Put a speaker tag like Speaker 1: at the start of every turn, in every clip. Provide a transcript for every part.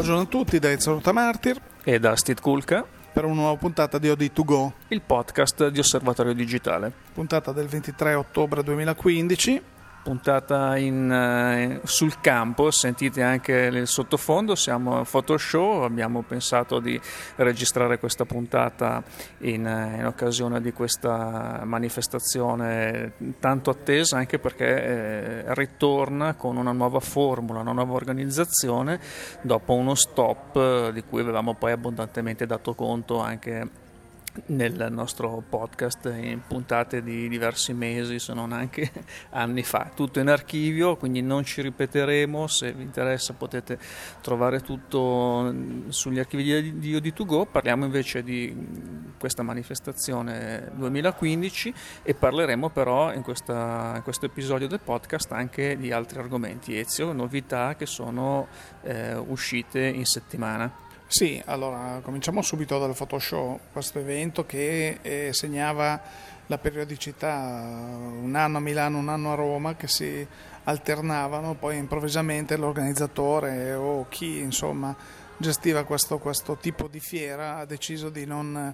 Speaker 1: Buongiorno a tutti da Ezio Martir
Speaker 2: e da Steve Kulka
Speaker 1: per una nuova puntata di OD2Go,
Speaker 2: il podcast di Osservatorio Digitale.
Speaker 1: Puntata del 23 ottobre 2015.
Speaker 2: Puntata sul campo, sentite anche il sottofondo, siamo a Photoshow, abbiamo pensato di registrare questa puntata in occasione di questa manifestazione tanto attesa, anche perché ritorna con una nuova formula, una nuova organizzazione dopo uno stop di cui avevamo poi abbondantemente dato conto anche nel nostro podcast in puntate di diversi mesi, se non anche anni fa. Tutto in archivio, quindi non ci ripeteremo. Se vi interessa potete trovare tutto sugli archivi di OD2Go. Parliamo invece di questa manifestazione 2015 e parleremo però in questo episodio del podcast anche di altri argomenti, Ezio, novità che sono uscite in settimana.
Speaker 1: Sì, allora cominciamo subito dal Photoshow, questo evento che segnava la periodicità, un anno a Milano, un anno a Roma, che si alternavano, poi improvvisamente l'organizzatore o chi insomma gestiva questo tipo di fiera ha deciso di non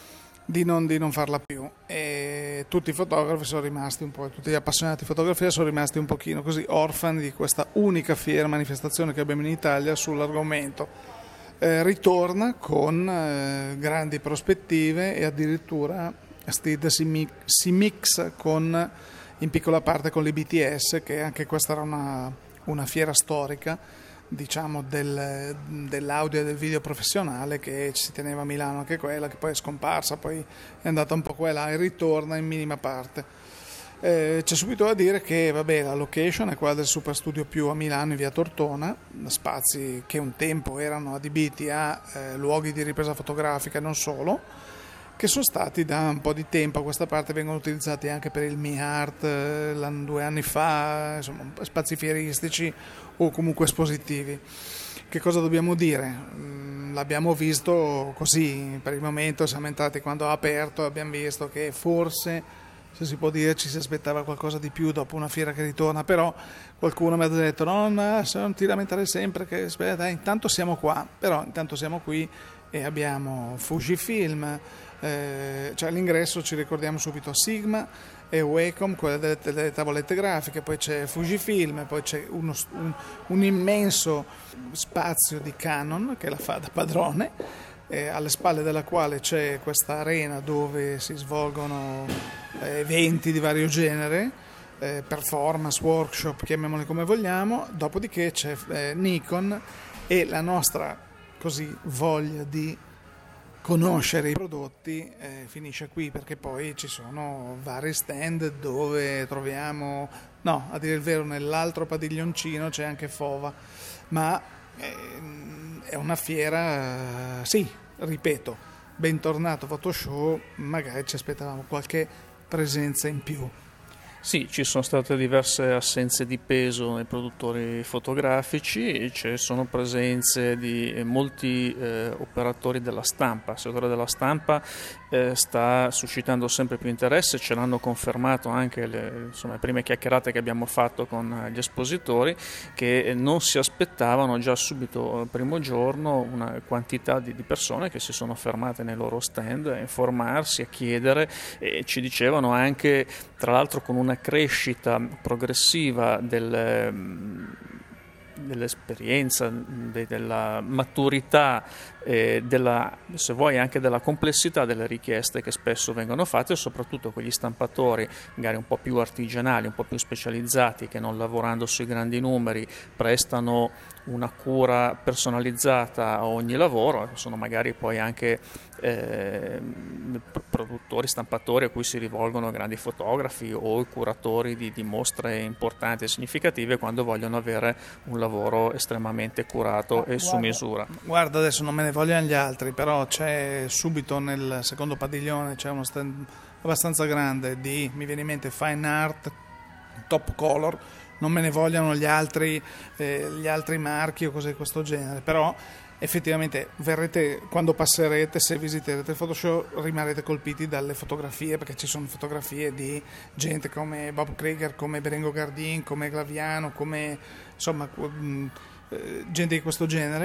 Speaker 1: farla più, e tutti i fotografi sono rimasti un po', tutti gli appassionati di fotografia sono rimasti un pochino così orfani di questa unica fiera, manifestazione che abbiamo in Italia sull'argomento. Ritorna con grandi prospettive e addirittura Steed si mixa in piccola parte con l'IBTS, che anche questa era una fiera storica, diciamo, dell'audio e del video professionale, che si teneva a Milano, anche quella che poi è scomparsa, poi è andata un po' qua e là e ritorna in minima parte. C'è subito da dire che la location è quella del Super Studio Più a Milano in via Tortona, spazi che un tempo erano adibiti a luoghi di ripresa fotografica e non solo, che sono stati da un po' di tempo a questa parte, vengono utilizzati anche per il MiArt 2 anni fa, insomma spazi fieristici o comunque espositivi. Che cosa dobbiamo dire? L'abbiamo visto così per il momento, siamo entrati quando ha aperto, abbiamo visto che forse, se si può dire, ci si aspettava qualcosa di più dopo una fiera che ritorna, però qualcuno mi ha detto no, se non ti lamentare sempre, che aspetta, intanto siamo qua, però intanto siamo qui e abbiamo Fujifilm, cioè all'ingresso ci ricordiamo subito Sigma e Wacom, quelle delle tavolette grafiche, poi c'è Fujifilm, poi c'è un immenso spazio di Canon che la fa da padrone, alle spalle della quale c'è questa arena dove si svolgono eventi di vario genere, performance, workshop, chiamiamoli come vogliamo. Dopodiché c'è Nikon e la nostra così voglia di conoscere i prodotti finisce qui, perché poi ci sono vari stand dove troviamo, a dire il vero, nell'altro padiglioncino c'è anche Fova, ma è una fiera, sì, ripeto, bentornato Photoshow, magari ci aspettavamo qualche presenza in più.
Speaker 2: Sì, ci sono state diverse assenze di peso nei produttori fotografici e ci sono presenze di molti operatori della stampa. Il settore della stampa sta suscitando sempre più interesse, ce l'hanno confermato anche le prime chiacchierate che abbiamo fatto con gli espositori, che non si aspettavano già subito il primo giorno una quantità di persone che si sono fermate nei loro stand a informarsi, a chiedere, e ci dicevano anche, tra l'altro, con una crescita progressiva dell'esperienza, della maturità, se vuoi anche della complessità delle richieste che spesso vengono fatte, e soprattutto quegli stampatori magari un po' più artigianali, un po' più specializzati, che non lavorando sui grandi numeri prestano una cura personalizzata a ogni lavoro. Sono magari poi anche produttori, stampatori a cui si rivolgono grandi fotografi o curatori di mostre importanti e significative, quando vogliono avere un lavoro estremamente curato e su misura.
Speaker 1: Guarda, adesso non me ne vogliono gli altri, però c'è subito nel secondo padiglione c'è uno stand abbastanza grande mi viene in mente Fine Art, Top Color, non me ne vogliono gli altri marchi o cose di questo genere, però effettivamente quando passerete, se visiterete il Photoshow, rimarrete colpiti dalle fotografie, perché ci sono fotografie di gente come Bob Krieger, come Berengo Gardin, come Glaviano, come insomma gente di questo genere,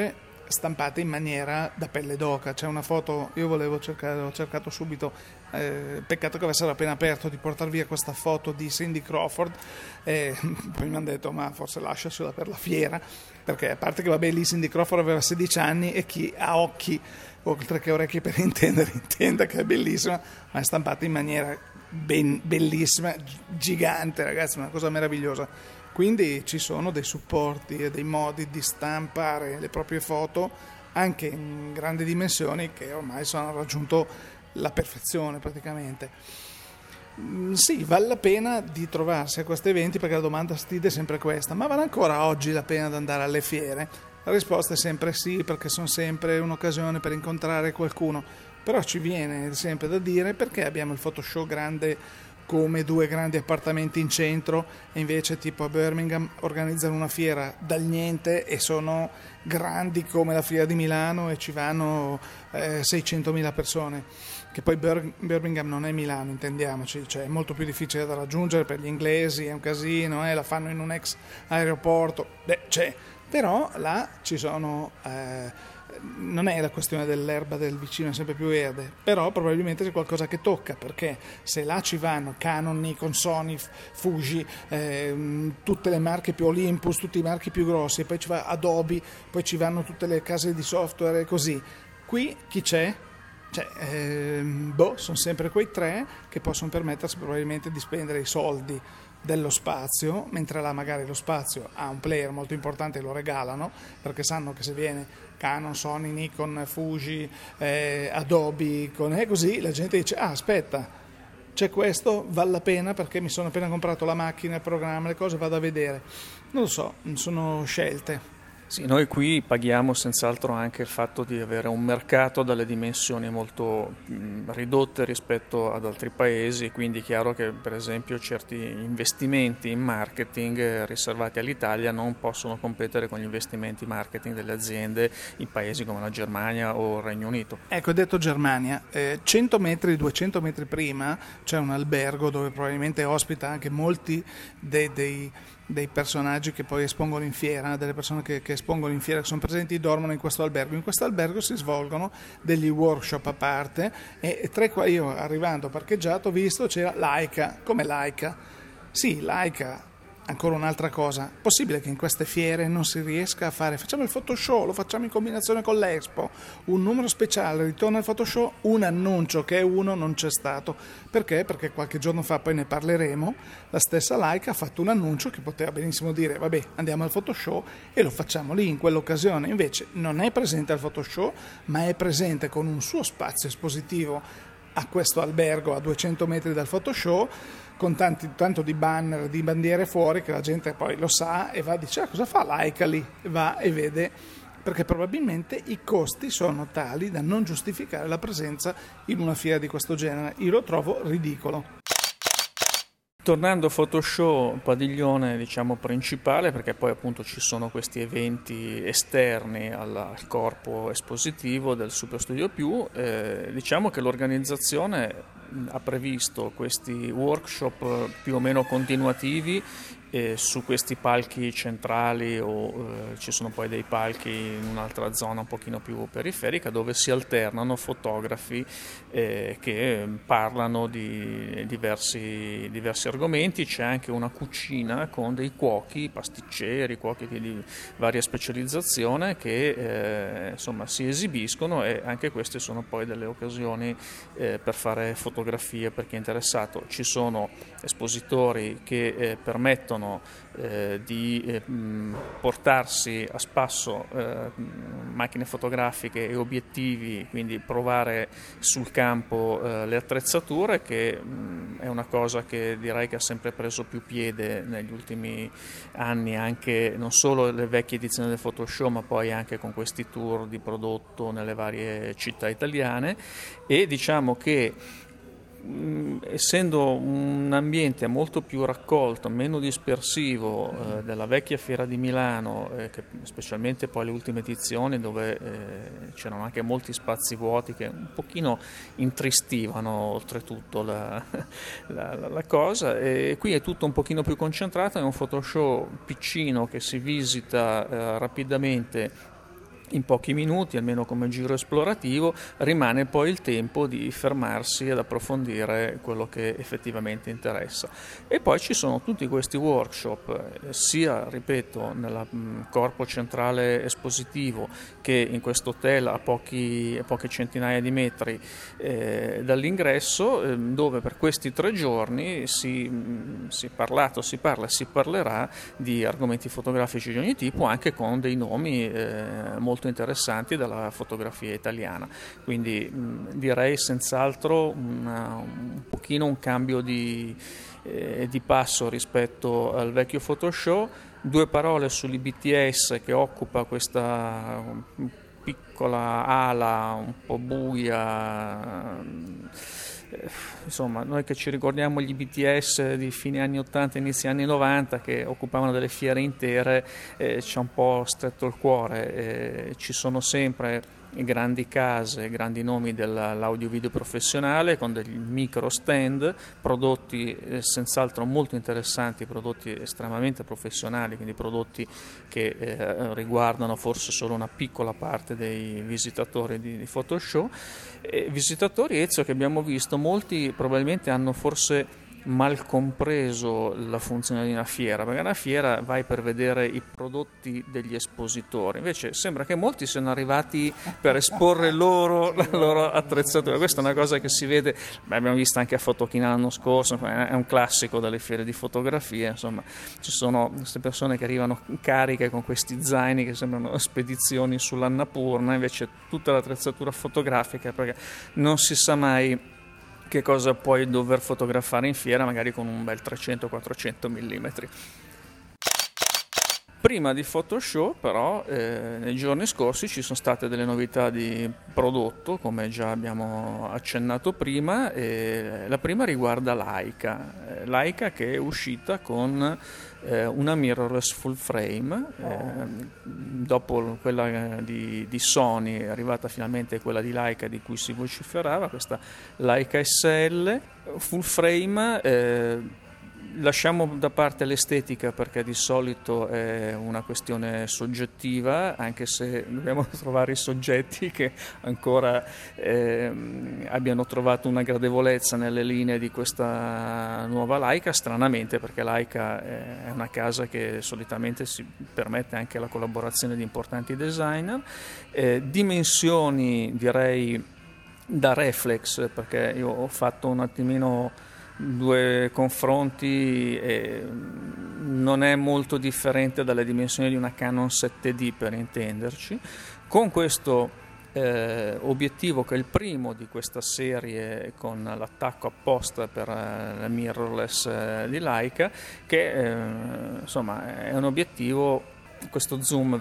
Speaker 1: stampate in maniera da pelle d'oca. C'è una foto, io ho cercato subito, peccato che avessero appena aperto, di portare via questa foto di Cindy Crawford, poi mi hanno detto ma forse lasciasela per la fiera, perché a parte che vabbè, lì Cindy Crawford aveva 16 anni e chi ha occhi oltre che orecchie per intendere intenda che è bellissima, ma è stampata in maniera bellissima, gigante, ragazzi, una cosa meravigliosa. Quindi ci sono dei supporti e dei modi di stampare le proprie foto anche in grandi dimensioni che ormai hanno raggiunto la perfezione praticamente. Sì, vale la pena di trovarsi a questi eventi, perché la domanda stile è sempre questa: ma vale ancora oggi la pena di andare alle fiere? La risposta è sempre sì, perché sono sempre un'occasione per incontrare qualcuno, però ci viene sempre da dire: perché abbiamo il Photoshow grande come 2 grandi appartamenti in centro e invece tipo a Birmingham organizzano una fiera dal niente e sono grandi come la fiera di Milano e ci vanno 600.000 persone, che poi Birmingham non è Milano, intendiamoci, cioè è molto più difficile da raggiungere per gli inglesi, è un casino, la fanno in un ex aeroporto, però là ci sono non è la questione dell'erba del vicino è sempre più verde, però probabilmente c'è qualcosa che tocca, perché se là ci vanno Canon, Nikon, Sony, Fuji, tutte le marche più Olympus, tutti i marchi più grossi, e poi ci va Adobe, poi ci vanno tutte le case di software e così, qui chi c'è? Sono sempre quei 3 che possono permettersi probabilmente di spendere i soldi dello spazio, mentre là magari lo spazio ha un player molto importante e lo regalano, perché sanno che se viene Canon, Sony, Nikon, Fuji, Adobe, così la gente dice: ah, aspetta, c'è questo, vale la pena perché mi sono appena comprato la macchina, il programma, le cose, vado a vedere. Non lo so, sono scelte.
Speaker 2: Sì, noi qui paghiamo senz'altro anche il fatto di avere un mercato dalle dimensioni molto ridotte rispetto ad altri paesi, quindi è chiaro che per esempio certi investimenti in marketing riservati all'Italia non possono competere con gli investimenti marketing delle aziende in paesi come la Germania o il Regno Unito.
Speaker 1: Ecco, detto Germania, 100 metri, 200 metri prima c'è un albergo dove probabilmente ospita anche molti dei personaggi che poi espongono in fiera, delle persone che espongono in fiera, che sono presenti, dormono in questo albergo. In questo albergo si svolgono degli workshop a parte, e tra i quali io, arrivando parcheggiato, ho visto c'era Leica. Come Leica? Sì, Leica. Ancora un'altra cosa, possibile che in queste fiere non si riesca a fare, facciamo il Photoshow, lo facciamo in combinazione con l'Expo, un numero speciale, ritorna al Photoshow, un annuncio che non c'è stato. Perché? Perché qualche giorno fa, poi ne parleremo, la stessa Leica ha fatto un annuncio che poteva benissimo dire: vabbè, andiamo al Photoshow e lo facciamo lì in quell'occasione. Invece non è presente al Photoshow, ma è presente con un suo spazio espositivo a questo albergo a 200 metri dal Photoshow, con tanto di banner, di bandiere fuori, che la gente poi lo sa e va e dice: cosa fa Leica lì? Va e vede, perché probabilmente i costi sono tali da non giustificare la presenza in una fiera di questo genere. Io lo trovo ridicolo.
Speaker 2: Tornando a Photoshow, padiglione diciamo principale, perché poi appunto ci sono questi eventi esterni al corpo espositivo del Super Studio Più, diciamo che l'organizzazione ha previsto questi workshop più o meno continuativi su questi palchi centrali, o ci sono poi dei palchi in un'altra zona un pochino più periferica, dove si alternano fotografi che parlano di diversi argomenti. C'è anche una cucina con dei cuochi, pasticceri, cuochi di varia specializzazione che insomma si esibiscono, e anche queste sono poi delle occasioni per fare fotografie per chi è interessato. Ci sono espositori che permettono di portarsi a spasso macchine fotografiche e obiettivi, quindi provare sul campo le attrezzature, che è una cosa che direi che ha sempre preso più piede negli ultimi anni, anche non solo le vecchie edizioni del Photoshow, ma poi anche con questi tour di prodotto nelle varie città italiane. E diciamo che essendo un ambiente molto più raccolto, meno dispersivo della vecchia fiera di Milano, che specialmente poi le ultime edizioni, dove c'erano anche molti spazi vuoti che un pochino intristivano oltretutto la cosa, e qui è tutto un pochino più concentrato. È un Photoshow piccino che si visita rapidamente in pochi minuti, almeno come giro esplorativo, rimane poi il tempo di fermarsi ed approfondire quello che effettivamente interessa. E poi ci sono tutti questi workshop, sia, ripeto, nel corpo centrale espositivo che in questo hotel a poche centinaia di metri dall'ingresso, dove per questi 3 giorni si parla e si parlerà di argomenti fotografici di ogni tipo, anche con dei nomi molto interessanti della fotografia italiana. Quindi direi senz'altro un pochino un cambio di passo rispetto al vecchio Photoshow. 2 parole sull'IBTS, che occupa questa piccola ala un po' buia. Insomma, noi che ci ricordiamo gli IBTS di fine anni 80 inizio anni 90, che occupavano delle fiere intere, ci ha un po' stretto il cuore. Ci sono sempre grandi case, grandi nomi dell'audio video professionale con degli micro stand, prodotti senz'altro molto interessanti, prodotti estremamente professionali, quindi prodotti che riguardano forse solo una piccola parte dei visitatori di Photoshow. Visitatori, Ezio, che abbiamo visto, molti probabilmente hanno forse mal compreso la funzione di una fiera, perché una fiera vai per vedere i prodotti degli espositori, invece sembra che molti siano arrivati per esporre la loro attrezzatura. Questa è una cosa che si vede, abbiamo visto anche a Fotochina l'anno scorso, è un classico delle fiere di fotografia. Insomma, ci sono queste persone che arrivano cariche con questi zaini che sembrano spedizioni sull'Annapurna, invece tutta l'attrezzatura fotografica, perché non si sa mai che cosa puoi dover fotografare in fiera, magari con un bel 300-400 mm. Prima di Photoshow, però, nei giorni scorsi ci sono state delle novità di prodotto, come già abbiamo accennato prima. La prima riguarda Leica, che è uscita con una mirrorless full frame, dopo quella di Sony è arrivata finalmente quella di Leica di cui si vociferava, questa Leica SL full frame. Lasciamo da parte l'estetica, perché di solito è una questione soggettiva, anche se dobbiamo trovare i soggetti che ancora abbiano trovato una gradevolezza nelle linee di questa nuova Leica, stranamente, perché Leica è una casa che solitamente si permette anche la collaborazione di importanti designer. Dimensioni, direi, da reflex, perché io ho fatto un attimino 2 confronti e non è molto differente dalle dimensioni di una Canon 7D, per intenderci, con questo obiettivo che è il primo di questa serie con l'attacco apposta per la mirrorless di Leica, che insomma è un obiettivo, questo zoom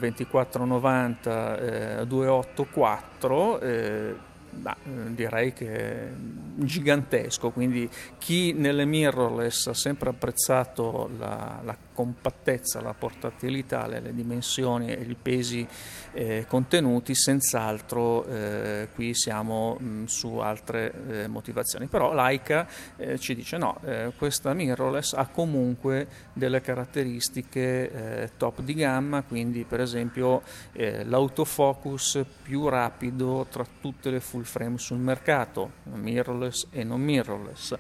Speaker 2: 24-90 2.8-4, direi che è gigantesco. Quindi chi nelle mirrorless ha sempre apprezzato la compattezza, la portatilità, le dimensioni e i pesi contenuti, senz'altro qui siamo su altre motivazioni. Però Leica ci dice no, questa mirrorless ha comunque delle caratteristiche top di gamma, quindi per esempio l'autofocus più rapido tra tutte le full frame sul mercato, mirrorless e non mirrorless.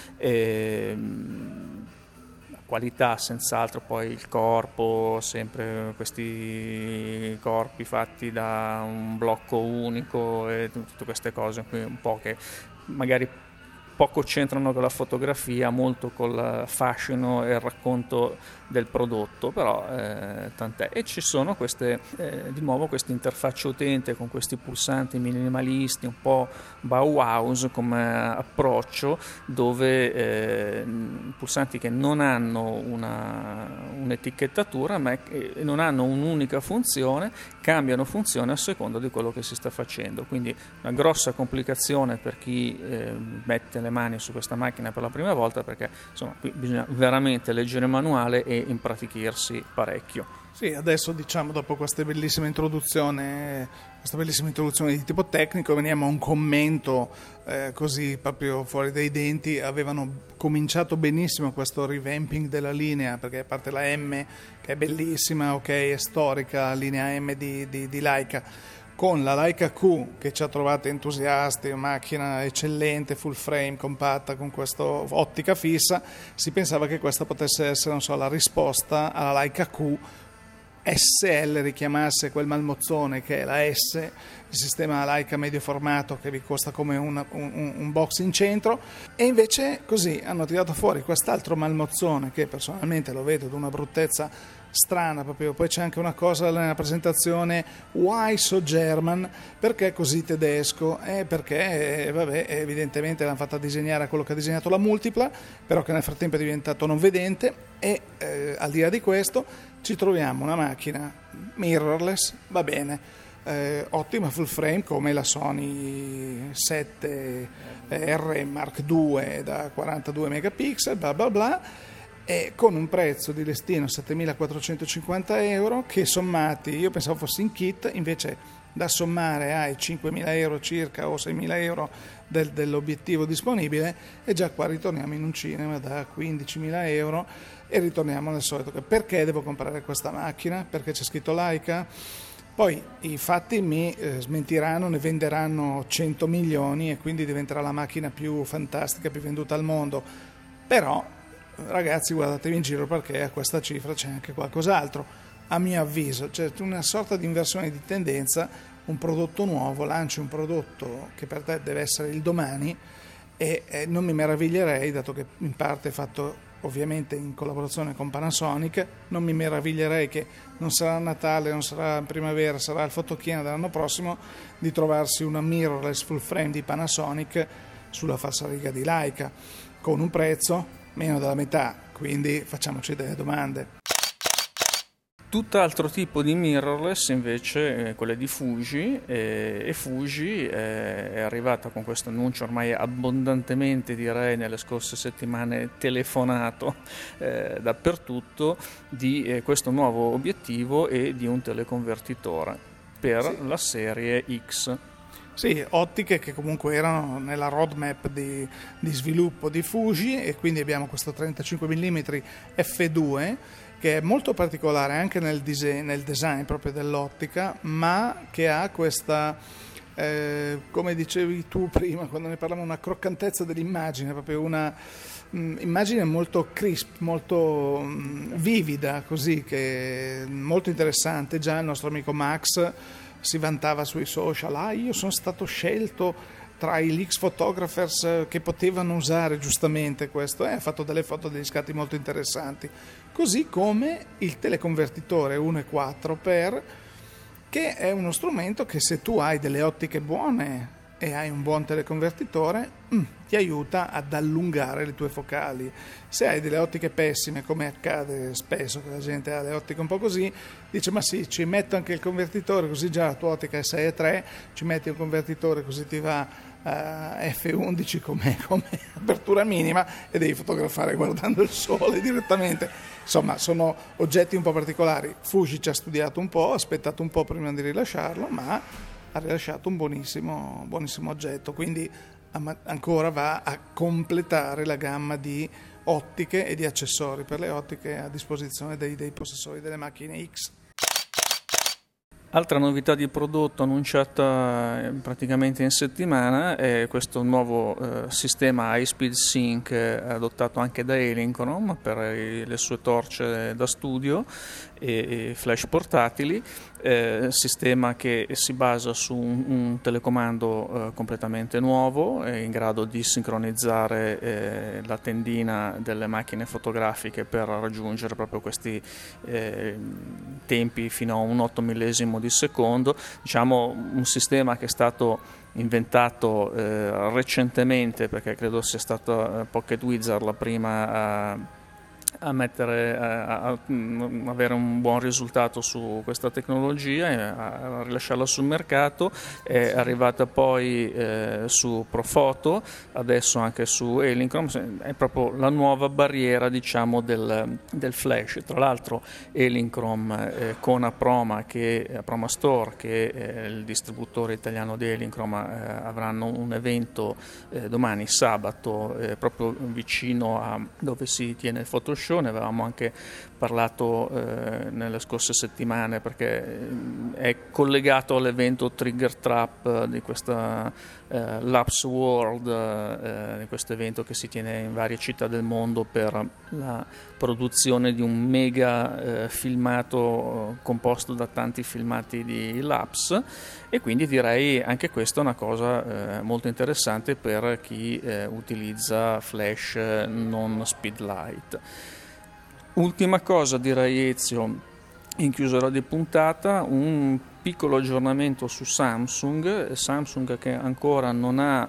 Speaker 2: Qualità senz'altro, poi il corpo, sempre questi corpi fatti da un blocco unico e tutte queste cose qui un po' che magari poco c'entrano con la fotografia, molto col fascino e il racconto del prodotto, però tant'è. E ci sono queste di nuovo queste interfacce utente con questi pulsanti minimalisti, un po' Bauhaus come approccio, dove pulsanti che non hanno un'etichettatura, ma non hanno un'unica funzione, cambiano funzione a seconda di quello che si sta facendo. Quindi una grossa complicazione per chi mette le mani su questa macchina per la prima volta, perché insomma qui bisogna veramente leggere il manuale e impratichirsi parecchio.
Speaker 1: Sì, adesso diciamo dopo questa bellissima introduzione di tipo tecnico, veniamo a un commento così proprio fuori dai denti. Avevano cominciato benissimo questo revamping della linea, perché a parte la M che è bellissima, ok, è storica, linea M di Leica, con la Leica Q che ci ha trovato entusiasti, macchina eccellente, full frame, compatta, con questa ottica fissa, si pensava che questa potesse essere, non so, la risposta alla Leica Q SL, richiamasse quel malmozzone che è la S, il sistema Leica medio formato che vi costa come un box in centro, e invece così hanno tirato fuori quest'altro malmozzone che personalmente lo vedo di una bruttezza strana proprio. Poi c'è anche una cosa nella presentazione: why so German? Perché così tedesco? Perché vabbè, evidentemente l'hanno fatta disegnare a quello che ha disegnato la Multipla, però che nel frattempo è diventato non vedente, e al di là di questo ci troviamo una macchina mirrorless, va bene, ottima full frame come la Sony 7R Mark II da 42 megapixel, bla bla bla, e con un prezzo di listino 7.450 euro che sommati, io pensavo fosse in kit, invece da sommare ai 5.000 euro circa o 6.000 euro dell'obiettivo disponibile, e già qua ritorniamo in un cinema da 15.000 euro e ritorniamo al solito. Perché devo comprare questa macchina? Perché c'è scritto Leica? Poi i fatti mi smentiranno, ne venderanno 100 milioni e quindi diventerà la macchina più fantastica, più venduta al mondo, però ragazzi guardatevi in giro, perché a questa cifra c'è anche qualcos'altro. A mio avviso c'è una sorta di inversione di tendenza, un prodotto nuovo, lanci un prodotto che per te deve essere il domani, e non mi meraviglierei, dato che in parte è fatto ovviamente in collaborazione con Panasonic, non mi meraviglierei che non sarà Natale, non sarà primavera, sarà il fotochina dell'anno prossimo, di trovarsi una mirrorless full frame di Panasonic sulla falsariga di Leica, con un prezzo meno della metà, quindi facciamoci delle domande.
Speaker 2: Tutt'altro tipo di mirrorless invece quelle di Fuji, e Fuji è arrivata con questo annuncio ormai abbondantemente, direi nelle scorse settimane, telefonato dappertutto, di questo nuovo obiettivo e di un teleconvertitore per la serie X.
Speaker 1: Sì, ottiche che comunque erano nella roadmap di sviluppo di Fuji, e quindi abbiamo questo 35 mm f2 che è molto particolare anche nel design proprio dell'ottica, ma che ha questa, come dicevi tu prima quando ne parlavamo, una croccantezza dell'immagine, proprio una immagine molto crisp, molto vivida, così, che è molto interessante. Già il nostro amico Max si vantava sui social: io sono stato scelto tra i leaks photographers che potevano usare giustamente questo, ha fatto delle foto, degli scatti molto interessanti, così come il teleconvertitore 1.4x, che è uno strumento che, se tu hai delle ottiche buone e hai un buon teleconvertitore, ti aiuta ad allungare le tue focali. Se hai delle ottiche pessime, come accade spesso che la gente ha le ottiche un po' così, dice: ma sì, ci metto anche il convertitore, così già la tua ottica è 6.3, ci metti il convertitore così ti va f11 come apertura minima, e devi fotografare guardando il sole direttamente. Insomma, sono oggetti un po' particolari. Fuji ci ha studiato un po', ha aspettato un po' prima di rilasciarlo, ma ha rilasciato un buonissimo oggetto, quindi ancora va a completare la gamma di ottiche e di accessori per le ottiche a disposizione dei possessori delle macchine X.
Speaker 2: Altra novità di prodotto annunciata praticamente in settimana è questo nuovo sistema High Speed Sync adottato anche da Elinchrom per le sue torce da studio e flash portatili, sistema che si basa su un telecomando completamente nuovo, in grado di sincronizzare la tendina delle macchine fotografiche per raggiungere proprio questi tempi fino a un 8 millesimo di secondo. Diciamo un sistema che è stato inventato recentemente, perché credo sia stata Pocket Wizard la prima avere un buon risultato su questa tecnologia e a rilasciarla sul mercato. È arrivata poi su Profoto, adesso anche su Elinchrom. È proprio la nuova barriera, diciamo, del flash. Tra l'altro Elinchrom con Aproma Store, che è il distributore italiano di Elinchrom, avranno un evento domani sabato proprio vicino a dove si tiene il Photoshop. Ne avevamo anche parlato nelle scorse settimane, perché è collegato all'evento Trigger Trap di questa Labs World, di questo evento che si tiene in varie città del mondo per la produzione di un mega filmato composto da tanti filmati di Labs, e quindi direi anche questa è una cosa molto interessante per chi utilizza flash non speedlight. Ultima cosa, direi, Ezio, in chiusura di puntata, un piccolo aggiornamento su Samsung che ancora non ha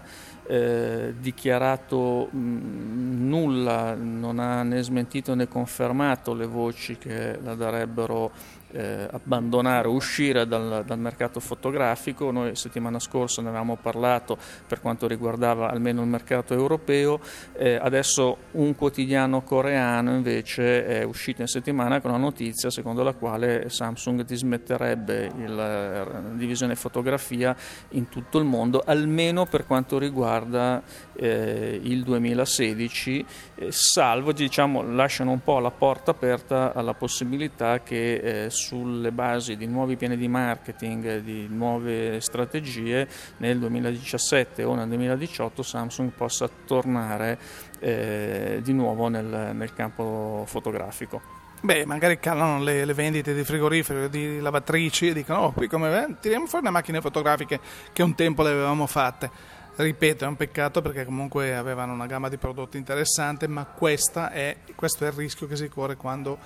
Speaker 2: dichiarato nulla, non ha né smentito né confermato le voci che la darebbero abbandonare, uscire dal mercato fotografico. Noi settimana scorsa ne avevamo parlato per quanto riguardava almeno il mercato europeo. Adesso un quotidiano coreano invece è uscito in settimana con una notizia secondo la quale Samsung dismetterebbe la divisione fotografia in tutto il mondo, almeno per quanto riguarda il 2016, salvo, diciamo, lasciano un po' la porta aperta alla possibilità che sulle basi di nuovi piani di marketing, di nuove strategie, nel 2017 o nel 2018 Samsung possa tornare di nuovo nel campo fotografico.
Speaker 1: Beh, magari calano le vendite di frigoriferi, di lavatrici, e dicono: oh, qui come tiriamo fuori le macchine fotografiche che un tempo le avevamo fatte. Ripeto, è un peccato perché comunque avevano una gamma di prodotti interessante, ma questo è il rischio che si corre quando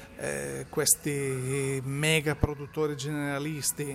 Speaker 1: questi mega produttori generalisti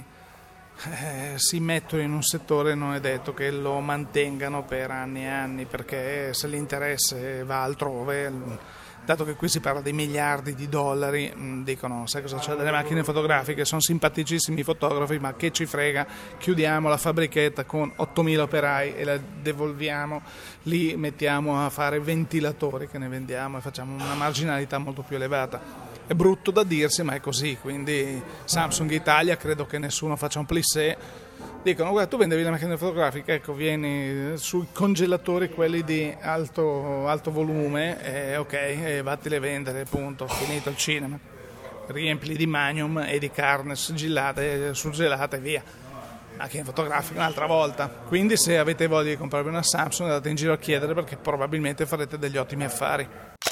Speaker 1: si mettono in un settore. Non è detto che lo mantengano per anni e anni, perché se l'interesse va altrove, dato che qui si parla di miliardi di dollari, dicono: sai cosa c'è delle macchine fotografiche, sono simpaticissimi i fotografi, ma che ci frega, chiudiamo la fabbrichetta con 8.000 operai e la devolviamo, li mettiamo a fare ventilatori che ne vendiamo e facciamo una marginalità molto più elevata. È brutto da dirsi, ma è così. Quindi Samsung Italia, credo che nessuno faccia un plissé. Dicono: guarda, tu vendevi le macchine fotografiche, ecco, vieni sui congelatori, quelli di alto volume, ok, vatteli a vendere, punto, finito il cinema. Riempili di Magnum e di carne sigillate, surgelate e via. Macchine fotografiche un'altra volta. Quindi se avete voglia di comprarvi una Samsung, andate in giro a chiedere, perché probabilmente farete degli ottimi affari.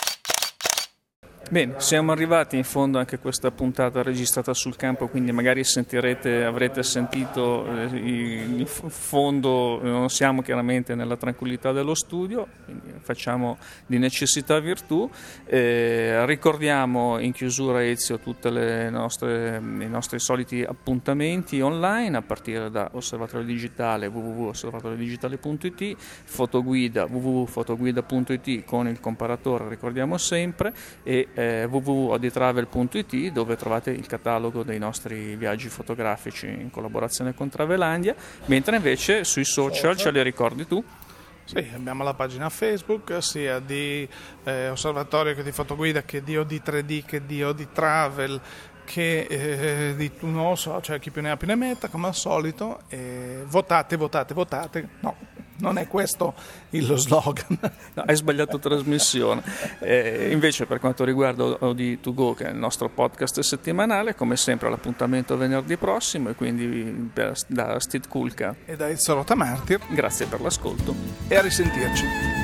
Speaker 2: Bene, siamo arrivati in fondo anche a questa puntata registrata sul campo, quindi magari avrete sentito in fondo, non siamo chiaramente nella tranquillità dello studio, quindi facciamo di necessità virtù. Ricordiamo in chiusura, Ezio, tutti i nostri soliti appuntamenti online, a partire da Osservatorio Digitale, www.osservatoriodigitale.it, Fotoguida, www.fotoguida.it con il comparatore, ricordiamo sempre, e www.oditravel.it, dove trovate il catalogo dei nostri viaggi fotografici in collaborazione con Travelandia, mentre invece sui social ce li ricordi tu?
Speaker 1: Sì, abbiamo la pagina Facebook sia di Osservatorio che di Fotoguida, che di OD3D, che di OD-Travel, che di non lo so, cioè chi più ne ha più ne metta, come al solito. Votate. No, non è questo lo slogan.
Speaker 2: No, hai sbagliato trasmissione. Invece, per quanto riguarda OD2Go, che è il nostro podcast settimanale, come sempre l'appuntamento venerdì prossimo, e quindi da Steve Kulka
Speaker 1: e da Ezio Rotamartir,
Speaker 2: grazie per l'ascolto
Speaker 1: e a risentirci.